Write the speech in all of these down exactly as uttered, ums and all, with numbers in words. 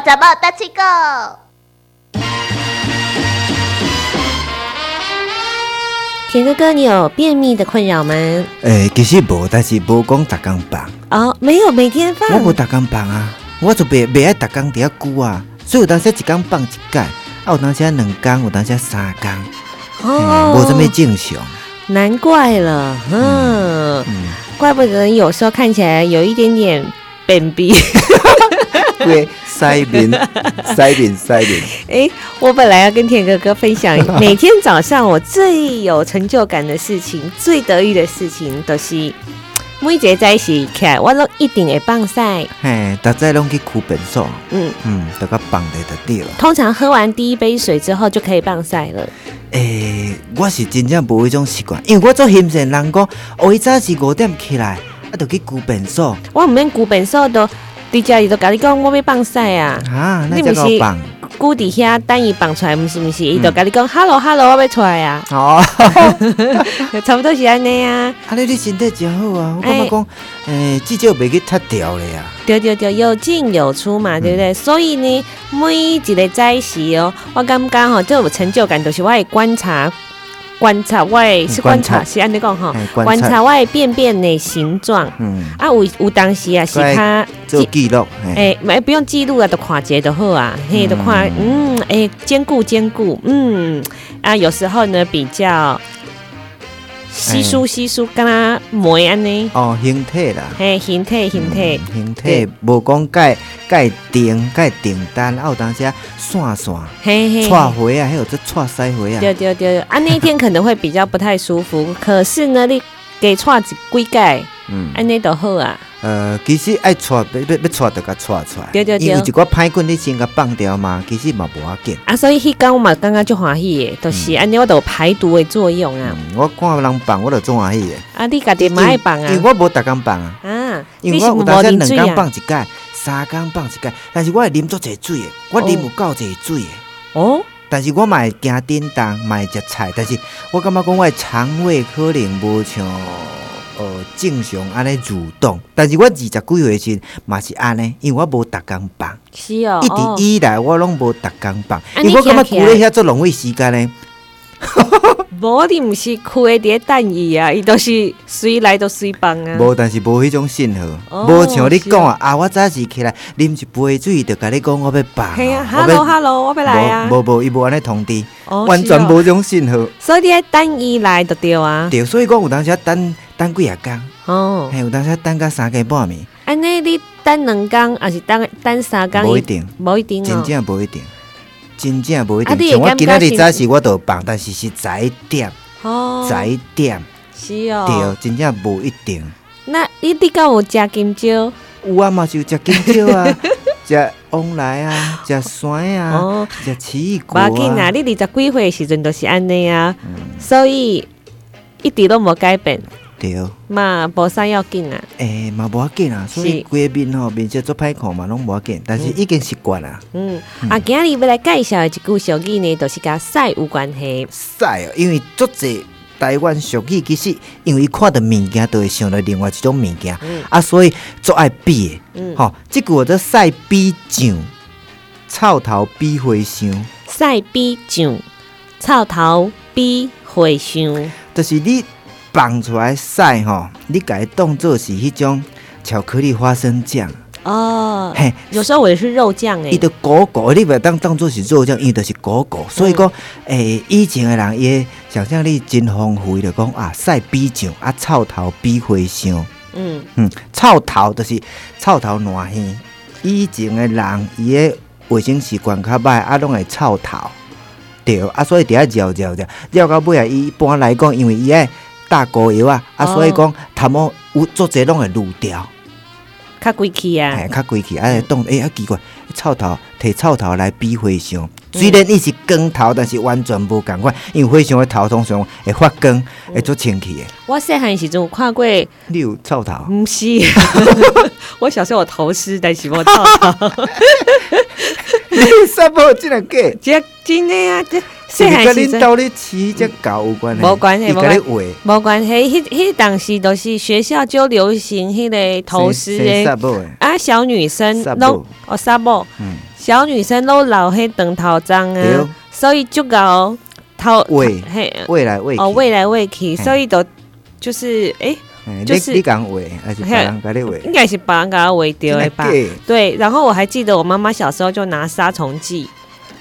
怎么大七狗？ 田哥哥，你有便秘的困扰吗？ 诶、欸，其实无，但是无讲逐工放。 哦，没有每天放。 我无逐工放啊，我就袂袂爱逐工伫遐久啊，所以有当时一工放一摆，啊有当时两工，有当时三工，哦，无、欸、什么正常。 难怪了，嗯，嗯怪不得有时候看起来有一点点便秘。 对，塞面，塞面，塞面。 哎，我本来要跟田哥哥分享，每天早上我最有成就感的事情、最得意的事情，都、就是每一个早起起来，我都一定会放屎。 嘿，大家拢去驱便所， 嗯嗯，大家放咧就对了。 通常喝完第一杯水之后就可以放屎了。 诶、欸，我是真正无迄种习惯，因为我做行政人讲，我一早是五点起来，啊，就去驱便所。 我唔免驱便所都。伫家里都甲你讲，我要放屎啊！ 啊，那才够放。 固伫遐等伊放出来，毋是毋是？伊就甲你讲 ，hello hello， 我要出来啊！ 哦， 差不多是安尼啊。 啊，你你身体真好啊！我感觉讲，诶、欸，至少袂去踢掉咧啊。 对对对，有进有出嘛，对不对？嗯、所以呢，每一个早时哦，我感觉吼，最有成就感就是我会观察。观察我的是观察，是安尼讲吼，观察我的便便的形状。嗯，啊有有当时啊是他做记录， 哎，没、欸、不用记录啊，就看一下就好啊，嘿，就看，嗯，哎、欸，兼顾兼顾，嗯，啊，有时候呢比较稀疏稀疏，跟他磨安尼。 哦，形体啦， 嘿，形体形体， 嗯、形体无讲介介定介定单，啊有当时啊散散，嘿嘿，串回啊，还有这串塞回啊。 对对对，啊那一天可能会比较不太舒服，可是呢，你给串几几盖，嗯，安尼就好啊。 呃，其实爱串，要要要串就甲串出来。 对对对， 因为一个歹棍你先甲放掉嘛，其实嘛无要紧。 啊，所以迄天我嘛感觉足欢喜的，就是安尼我都有排毒的作用啊。 嗯、我看人放，我就足欢喜的。 啊，你家己嘛爱放啊？ 因为我无逐工放啊。啊，因为我有当时两工放一摆，三工放一摆，但是我会啉足侪水的，我啉有够侪水的。哦。但是我嘛会惊叮当，嘛会食菜，但是我感觉讲我的肠胃可能无像。呃，正常安尼蠕动，但是我二十几岁时嘛是安尼，因为我无逐工放， 是哦， 一直以来我拢无逐工放，因为我感觉久咧遐做浪费时间咧。 无，你毋是开伫咧等伊啊，伊都是随来都随放啊。 无，但是无迄种信号，无、哦、像你讲啊，啊，我早时起来啉一杯水，就甲你讲我要放。 系啊 ，hello hello， 我要来啊。 无无，伊无安尼通知，哦、完全无种信号。 所以你爱等伊来就对啊。 对，所以讲有当时等等几啊工，哦，嘿，有当时等到三更半暝。 安尼你等两工，还是等等三工？ 无一定， 无一定、哦， 真正无一定。真正无一定，像、啊、我今仔日早时我都放，但是是早一点，哦，早一点， 是哦， 对，真正无一定。 那你你敢有食金蕉？ 有啊，嘛是有食金蕉啊，食往来啊，食酸啊，食奇异果啊。 无要紧啊，你二十几岁的时阵都是安尼啊、嗯，所以一直都无改变。 对， 嘛无啥要紧啊。 诶、欸，嘛无要紧啊，所以规个面吼面色做歹看嘛，拢无要紧，但是已经习惯啦。 嗯，嗯啊，今日要来介绍的一句俗语呢，就是甲屎有关系。 屎哦，因为足侪台湾俗语其实，因为伊看到物件，都会想到另外一种物件、嗯，啊，所以足爱比的。嗯，吼、喔，即句叫屎比酱，臭头比花香。 屎比酱，臭头比花香， 就是你。放出来屎吼，你家当做是迄种巧克力花生酱哦。嘿，有时候我也是肉酱诶。 伊就糊糊，你袂当当做是肉酱，因为就是糊糊。所以讲，诶、嗯欸，以前诶人伊想象力真丰富，就讲啊，屎比酱啊，臭头比花香。嗯嗯，臭头就是臭头烂耳。以前诶人伊诶卫生习惯较歹，啊，拢会臭头。对啊，所以伫遐绕绕绕绕到尾啊，伊一般来讲，因为伊爱大膏药啊，啊，所以讲头毛有做侪拢会滤掉， 较贵气啊， 哎，较贵气，啊，当哎啊奇怪，臭头摕臭头来比花香，虽然伊是光头，但是完全无共款，因为花香的头通常会发光，会做清气的。 我细汉时阵有看过， 你有臭头？ 不是，我小时候有头虱，但是无臭头。 你啥无真个假？ 这真的啊，这。 是跟恁兜咧饲只狗有关系？ 无关系， 无关系， 无关系。迄迄当时都是学校就流行迄个头虱诶，啊，小女生拢哦纱布， 小女生都老黑等头脏啊，所以就搞头喂喂来喂去哦，喂来喂去，所以都就是哎。 欸、就是你讲喂，还是别人给你喂？ 应该是别人给他喂掉的吧？对，然后我还记得我妈妈小时候就拿杀虫剂，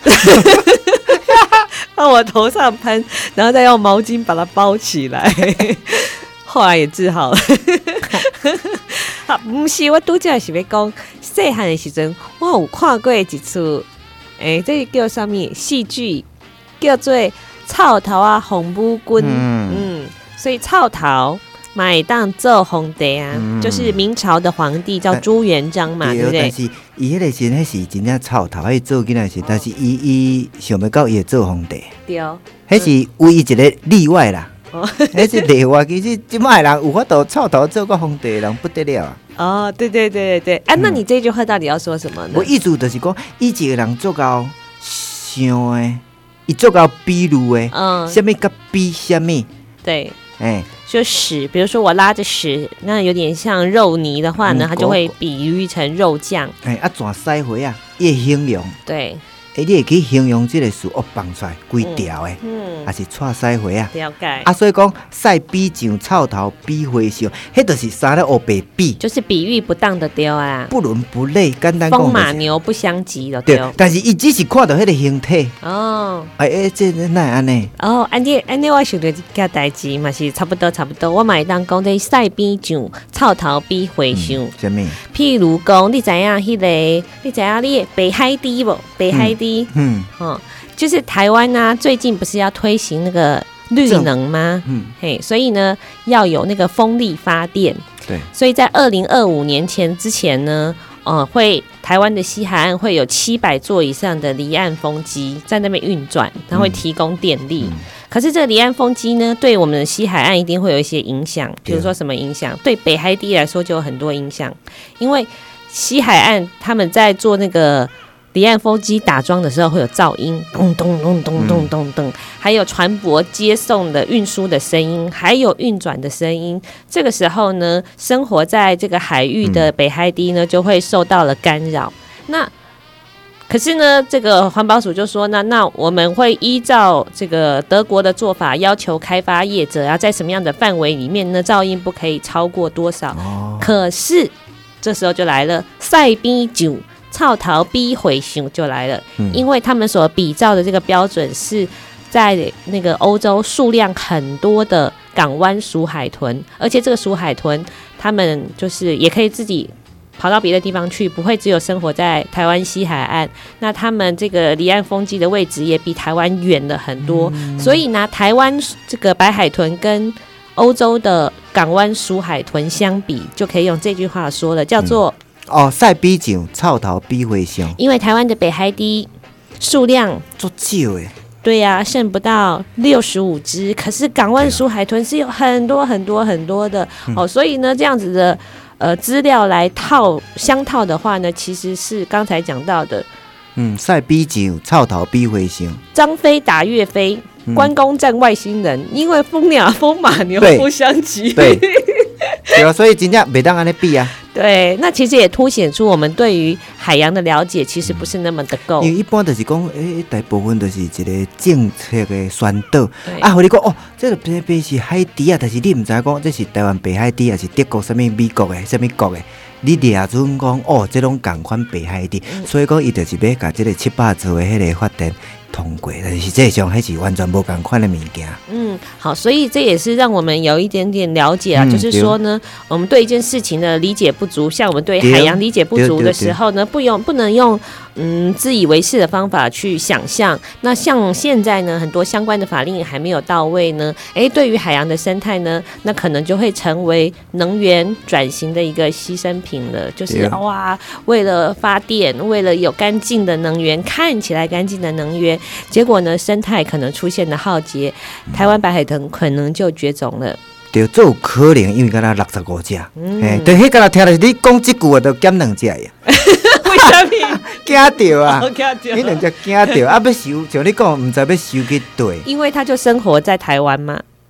往我头上喷，然后再用毛巾把它包起来，后来也治好了。啊，不是，我拄则是要讲，细汉的时阵，我有看过一出，诶、欸，这个叫什么戏剧？叫做《草头啊红布君》。嗯, 嗯，所以草头。买当做皇帝啊、嗯，就是明朝的皇帝叫朱元璋嘛， 对, 对不对？ 但是伊迄个时那是真正草头，迄做囡仔是，但是伊伊想要到伊会做皇帝， 对， 迄是唯一一个例外啦。哦，迄是例外，其实即卖人有法度草头做个皇帝的人不得了啊。 哦，对对对对对，啊，那你这句话到底要说什么呢？ 我意思就是讲，以前的人做到像诶，伊做到比如诶，嗯，什么甲比什么， 对， 哎、欸。 就屎，比如说我拉着屎，那有点像肉泥的话呢，嗯、它就会比喻成肉酱。 哎、欸，啊，怎使回啊？越形容， 对， 哎、欸，你会去形容这个事哦，放出来几条的，嗯，还是错使回啊？ 了解。 啊，所以讲晒比上草头比花香，迄就是三咧黑白比， 就是比喻不当的丢啊， 不伦不类，简单讲、就是。 风马牛不相及的丢。 但是伊只是看到迄个形体。哦。哎、欸、哎，这哪会安尼？ 哦，安尼安尼，我想到一件代志嘛，是差不多差不多。我嘛会当讲这晒比上草头比花香。 什么？ 譬如讲，你知影迄、那个？你知影你北海堤不？北海堤。嗯。哦，就是台湾啊，最近不是要推行那个绿能吗？嗯，嘿，所以呢，要有那个风力发电。 对， 所以在二零二五年前之前呢，呃，会台湾的西海岸会有七百座以上的离岸风机在那边运转，它会提供电力。嗯嗯、可是这个离岸风机呢，对我们的西海岸一定会有一些影响，比如说什么影响？对北海堤来说就有很多影响，因为西海岸他们在做那个。离岸风机打桩的时候会有噪音，咚咚咚咚咚咚咚，还有船舶接送的运输的声音，还有运转的声音。这个时候呢，生活在这个海域的北海堤呢，就会受到了干扰。那可是呢，这个环保署就说呢，那我们会依照这个德国的做法，要求开发业者要在什么样的范围里面呢，噪音不可以超过多少。哦、可是这时候就来了，赛比酒。草头比花香就来了、嗯，因为他们所比照的这个标准是在那个欧洲数量很多的港湾属海豚，而且这个属海豚他们就是也可以自己跑到别的地方去，不会只有生活在台湾西海岸。那他们这个离岸风机的位置也比台湾远了很多、嗯，所以拿台湾这个白海豚跟欧洲的港湾属海豚相比，就可以用这句话说了，叫做。嗯哦，晒比上草头比花香， 因为台湾的北海堤数量足少诶， 对呀、啊，剩不到六十五只，可是港湾属海豚是有很多很多很多的、嗯、哦，所以呢，这样子的呃资料来套相套的话呢，其实是刚才讲到的， 嗯，晒比上草头比花香， 张飞打岳飞，嗯、关公战外星人，因为风鸟风马牛不相及， 对，对对啊，所以真正袂当安尼比啊。 对，那其实也凸显出我们对于海洋的了解其实不是那么的够。 因为一般就是讲，诶、欸，大部分就是一个政策的宣导。啊，和你讲哦，这个偏偏是海堤啊，但是你唔知讲这是台湾北海堤，还是德国什么美国的什么国的。你掠准讲哦，这种同款北海堤、嗯，所以讲伊就是要甲这个七八座的迄个发电通过，但是这上还是完全无同款的物件。嗯， 好，所以这也是让我们有一点点了解啊，嗯、就是说呢，我们对一件事情的理解不足，像我们对海洋理解不足的时候呢，不用不能用嗯自以为是的方法去想象。那像现在呢，很多相关的法令还没有到位呢，哎，对于海洋的生态呢，那可能就会成为能源转型的一个牺牲品了。就是哇，为了发电，为了有干净的能源，看起来干净的能源，结果呢，生态可能出现了浩劫，台湾白海豚可能就绝种了。 对，这有可能，因为敢若六十五只，哎、嗯，对，迄敢若听了你讲这句话，都减两只呀。 为什么？ 惊到啊！惊到，你两只惊到啊！要收，像你讲，唔知要收去对。 因为它就生活在台湾嘛。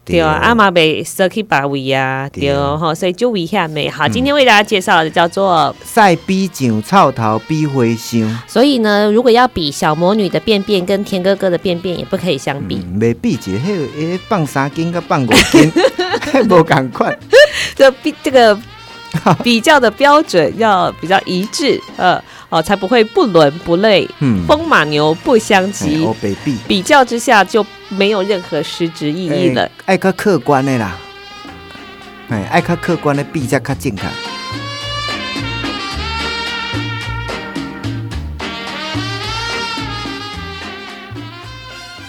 对啊，阿妈被塞去把位啊，对吼，所以就危险的。好，今天为大家介绍的叫做赛比上臭头比花香。 所以呢，如果要比小魔女的便便跟田哥哥的便便，也不可以相比。 没、嗯、比一个，迄个放三斤跟放五斤，无同款。 这比这个比较的标准要比较一致，呃。哦，才不会不伦不类，嗯，风马牛不相及。 哦，比比较之下就没有任何实质意义了。 爱较客观的啦，哎，爱较客观的比才较正确。